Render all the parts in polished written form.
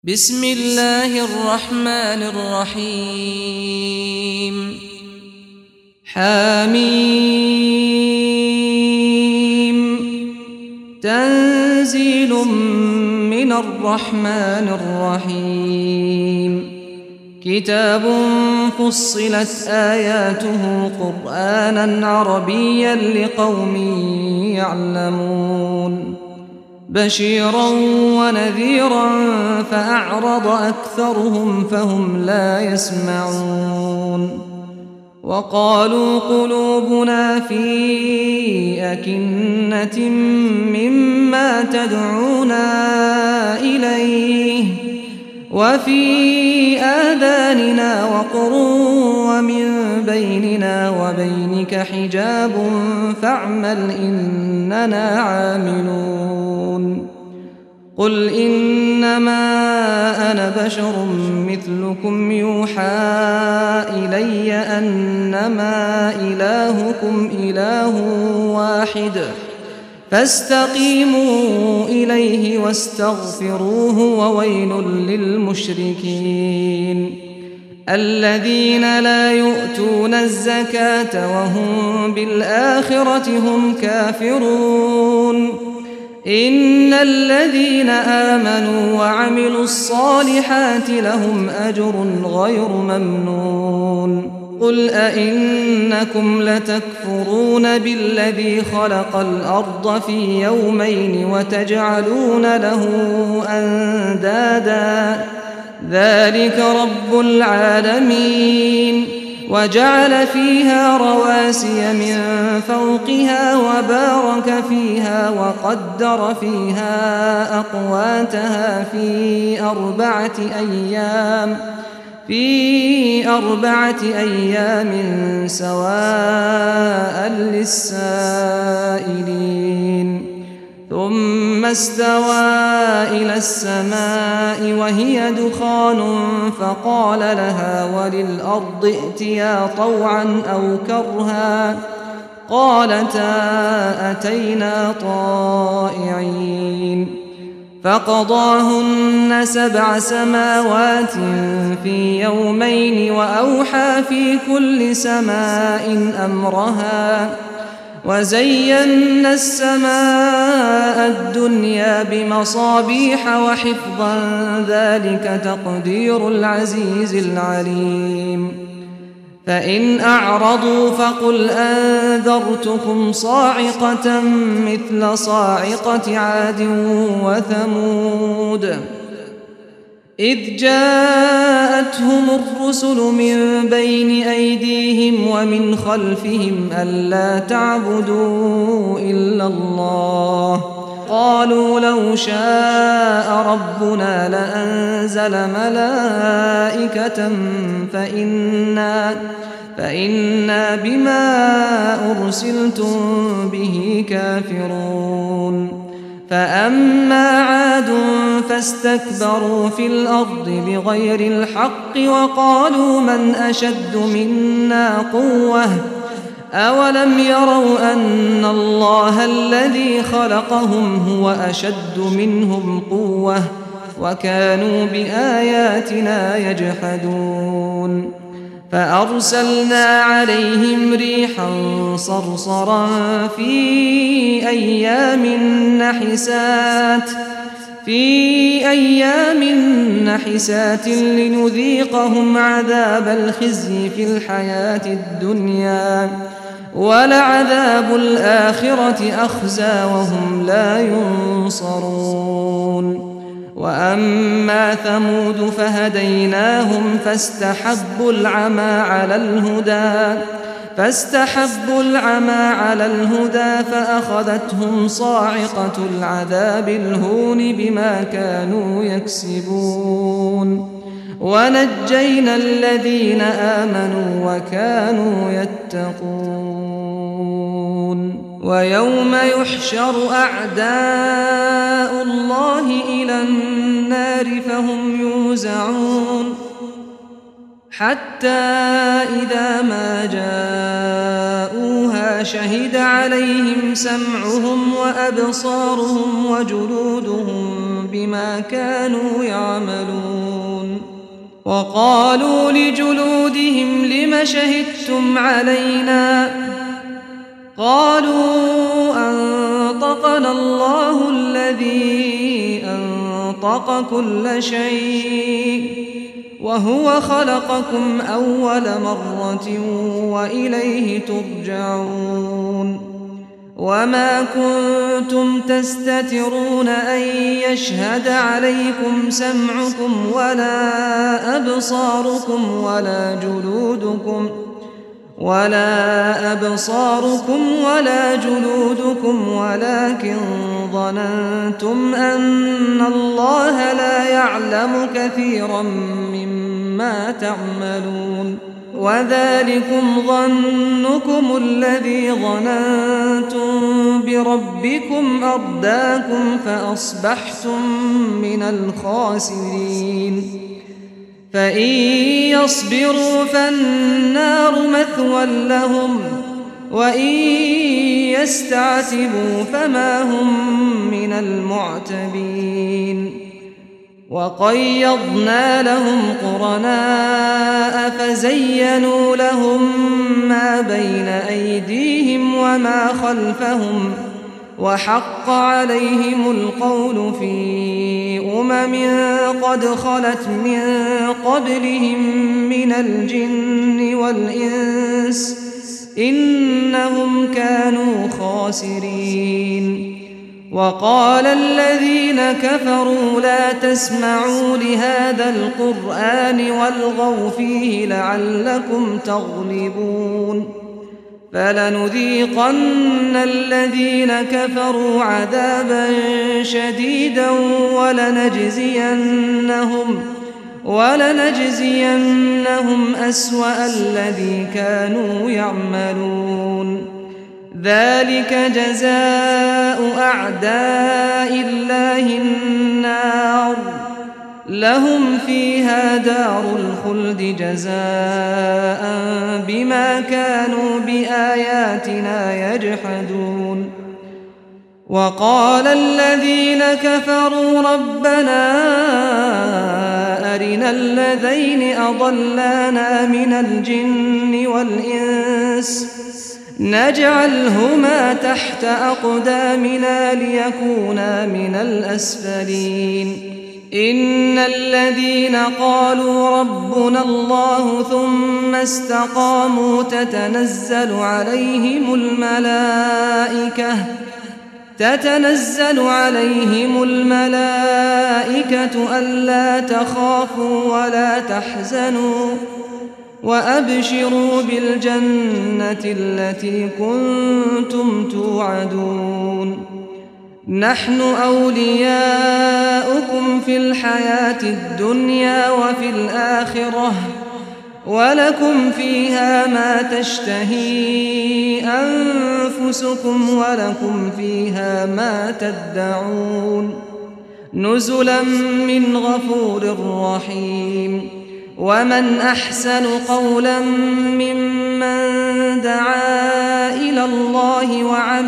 بسم الله الرحمن الرحيم حميم تنزيل من الرحمن الرحيم كتاب فصلت آياته قرآنا عربيا لقوم يعلمون بشيرا ونذيرا فأعرض أكثرهم فهم لا يسمعون وقالوا قلوبنا في أكنة مما تدعونا إليه وفي آذاننا وقر ومن بيننا وبينك حجاب فاعمل إننا عاملون قل إنما أنا بشر مثلكم يوحى إلي أنما إلهكم إله واحد فاستقيموا إليه واستغفروه وويل للمشركين الذين لا يؤتون الزكاة وهم بالآخرة هم كافرون إن الذين آمنوا وعملوا الصالحات لهم أجر غير ممنون قل أئنكم لتكفرون بالذي خلق الأرض في يومين وتجعلون له أندادا ذلك رب العالمين وجعل فيها رواسي من فوقها وبارك فيها وقدر فيها أقواتها في أربعة أيام سواء للسائلين ثم استوى إلى السماء وهي دخان فقال لها وللأرض ائتيا طوعا أو كرها قالتا أتينا طائعين فقضاهن 7 سماوات في يومين وأوحى في كل سماء أمرها وزينا السماء الدنيا بمصابيح وحفظا ذلك تقدير العزيز العليم فإن أعرضوا فقل أنذرتكم صاعقة مثل صاعقة عاد وثمود إذ جاءتهم الرسل من بين أيديهم ومن خلفهم ألا تعبدوا إلا الله قالوا لو شاء ربنا لأنزل ملائكة فإنا بما أرسلتم به كافرون فأما عاد فاستكبروا في الأرض بغير الحق وقالوا من أشد منا قوة أولم يروا أن الله الذي خلقهم هو أشد منهم قوة وكانوا بآياتنا يجحدون فأرسلنا عليهم ريحا صرصرا في أيام نحسات لنذيقهم عذاب الخزي في الحياة الدنيا ولعذاب الآخرة أخزى وهم لا ينصرون وأما ثمود فهديناهم فاستحبوا العمى على الهدى فأخذتهم صاعقة العذاب الهون بما كانوا يكسبون ونجينا الذين آمنوا وكانوا يتقون ويوم يحشر أعداء الله إلى النار فهم يوزعون حتى إذا ما جاءوها شهد عليهم سمعهم وأبصارهم وجلودهم بما كانوا يعملون. وقالوا لجلودهم لم شهدتم علينا؟ قالوا أنطقنا الله الذي أنطق كل شيء وهو خلقكم أول مرة وإليه ترجعون. وما كنتم تستترون أن يشهد عليكم سمعكم ولا أبصاركم ولا جلودكم ولكن ظننتم أن الله لا يعلم كثيرا مما تعملون. وذلكم ظنكم الذي ظننتم بربكم أرداكم فأصبحتم من الخاسرين. فإن يصبروا فالنار مثوى لهم وإن يستعتبوا فما هم من المعتبين. وقيضنا لهم قرناء فزينوا لهم ما بين أيديهم وما خلفهم وحق عليهم القول في قد خلت من قبلهم من الجن والإنس إنهم كانوا خاسرين. وقال الذين كفروا لا تسمعوا لهذا القرآن والغوا فيه لعلكم تغلبون. فلنذيقن الذين كفروا عذابا شديدا ولنجزينهم أسوأ الذي كانوا يعملون. ذلك جزاء أعداء الله النار لهم فيها دار الخلد جزاء بما كانوا بآياتنا يجحدون. وقال الذين كفروا ربنا أرنا الذين أضلانا من الجن والإنس نجعلهما تحت أقدامنا ليكونا من الأسفلين. إن الذين قالوا ربنا الله ثم استقاموا تتنزل عليهم الملائكة ألا تخافوا ولا تحزنوا وأبشروا بالجنة التي كنتم توعدون. نحن أولياؤكم في الحياة الدنيا وفي الآخرة ولكم فيها ما تشتهي أنفسكم ولكم فيها ما تدعون نزلا من غفور رحيم. ومن أحسن قولا ممن دعا إلى الله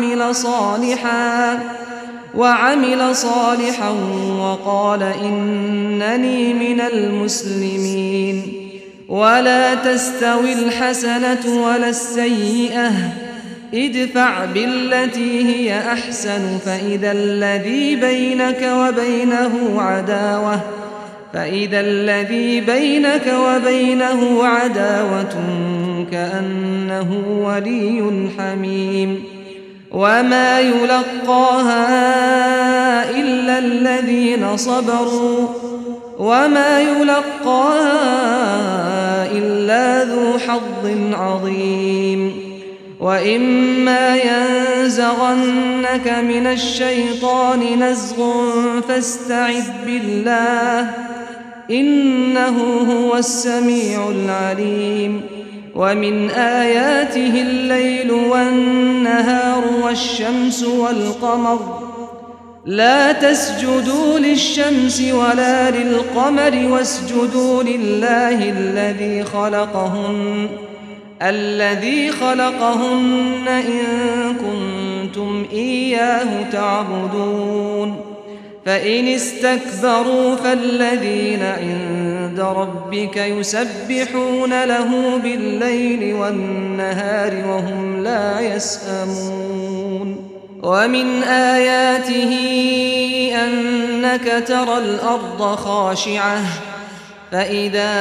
وعمل صالحا وقال إنني من المسلمين. ولا تستوي الحسنة ولا السيئة ادفع بالتي هي أحسن فإذا الذي بينك وبينه عداوة كأنه ولي حميم. وما يلقاها إلا الذين صبروا وما يلقاها إلا ذو حظ عظيم. وإما ينزغنك من الشيطان نزغ فاستعذ بالله إنه هو السميع العليم. ومن آياته الليل والنهار والشمس والقمر لا تسجدوا للشمس ولا للقمر واسجدوا لله الذي خلقهن إن كنتم إياه تعبدون. فإن استكبروا فالذين عند ربك يسبحون له بالليل والنهار وهم لا يسأمون ومن آياته أنك ترى الأرض خاشعة فإذا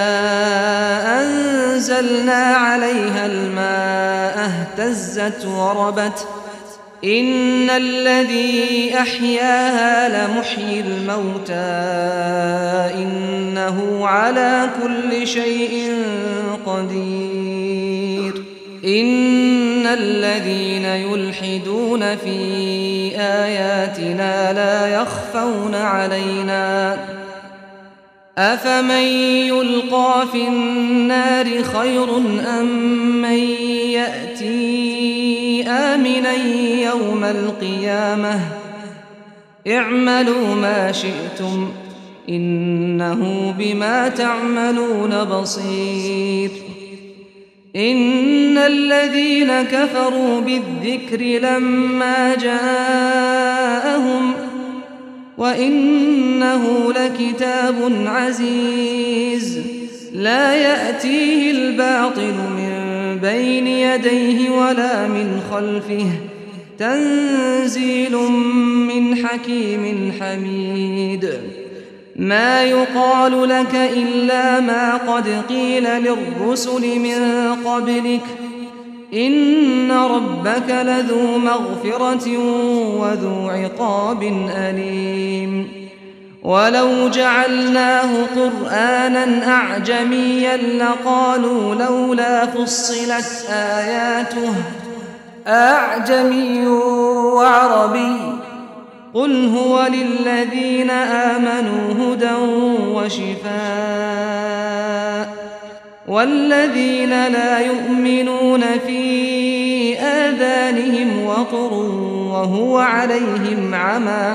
أنزلنا عليها الماء اهتزت وربت إن الذي أحياها لمحيي الموتى إنه على كل شيء قدير إن الذين يلحدون في آياتنا لا يخفون علينا أفمن يلقى في النار خير أم من يأتي آمنا يوم القيامة اعملوا ما شئتم إنه بما تعملون بصير إن الذين كفروا بالذكر لما جاءهم وإنه لكتاب عزيز لا يأتيه الباطل من بين يديه ولا من خلفه تنزيل من حكيم حميد ما يقال لك إلا ما قد قيل للرسل من قبلك إن ربك لذو مغفرة وذو عقاب أليم ولو جعلناه قرآنا أعجميا لقالوا لولا فصلت آياته أعجمي وعربي قل هو للذين آمنوا هدى وشفاء والذين لا يؤمنون في آذانهم وقر وهو عليهم عمى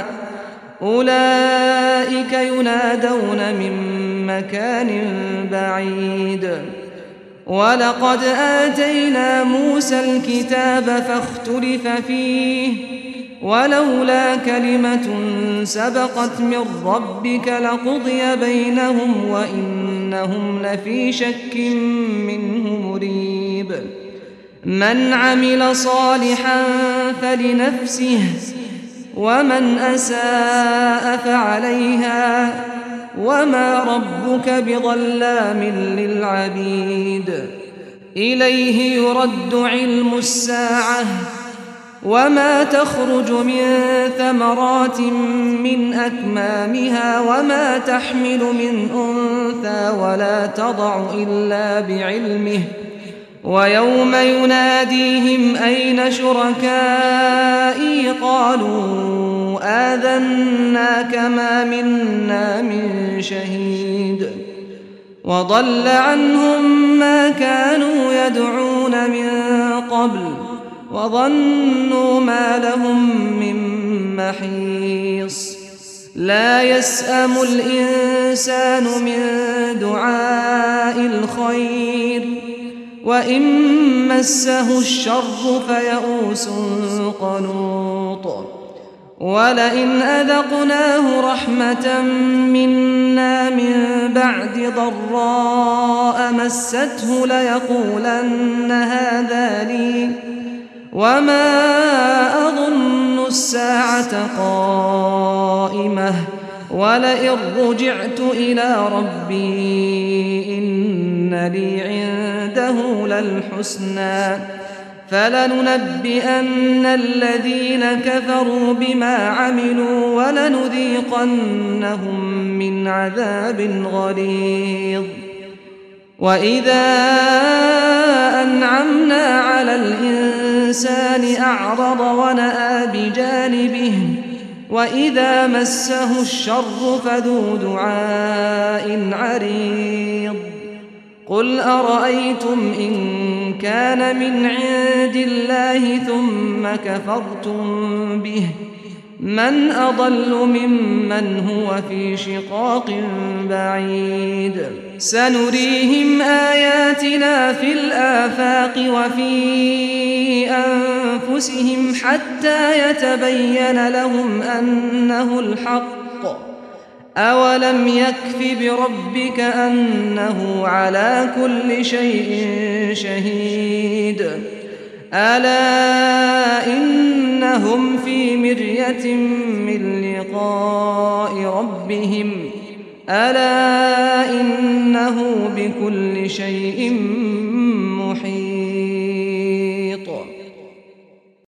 أولئك ينادون من مكان بعيد ولقد آتينا موسى الكتاب فاختلف فيه ولولا كلمة سبقت من ربك لقضي بينهم وإنهم لفي شك منه مريب من عمل صالحا فلنفسه ومن أساء فعليها وما ربك بظلام للعبيد إليه يرد علم الساعة وما تخرج من ثمرات من أكمامها وما تحمل من أنثى ولا تضع إلا بعلمه ويوم يناديهم أين شركائي قالوا آذناك ما منا من شهيد وضل عنهم ما كانوا يدعون من قبل وظنوا ما لهم من محيص لا يسأم الإنسان من دعاء الخير وإن مسه الشر فيئوس قنوط ولئن أذقناه رحمة منا من بعد ضراء مسته ليقولن هذا لي وما أظن الساعة قائمة ولئن رجعت إلى ربي إن لي عنده للحسنى فلننبئن الذين كفروا بما عملوا ولنذيقنهم من عذاب غليظ وإذا أنعمنا على الإنسان أعرض ونأى بجانبه وإذا مسه الشر فذو دعاء عريض قل أرأيتم إن كان من عند الله ثم كفرتم به من أضل ممن هو في شقاق بعيد سنريهم آياتنا في الآفاق وفي أنفسهم حتى يتبين لهم أنه الحق أولم يكف بربك أنه على كل شيء شهيد ألا إنهم في مرية من لقاء ربهم ألا إنه بكل شيء محيط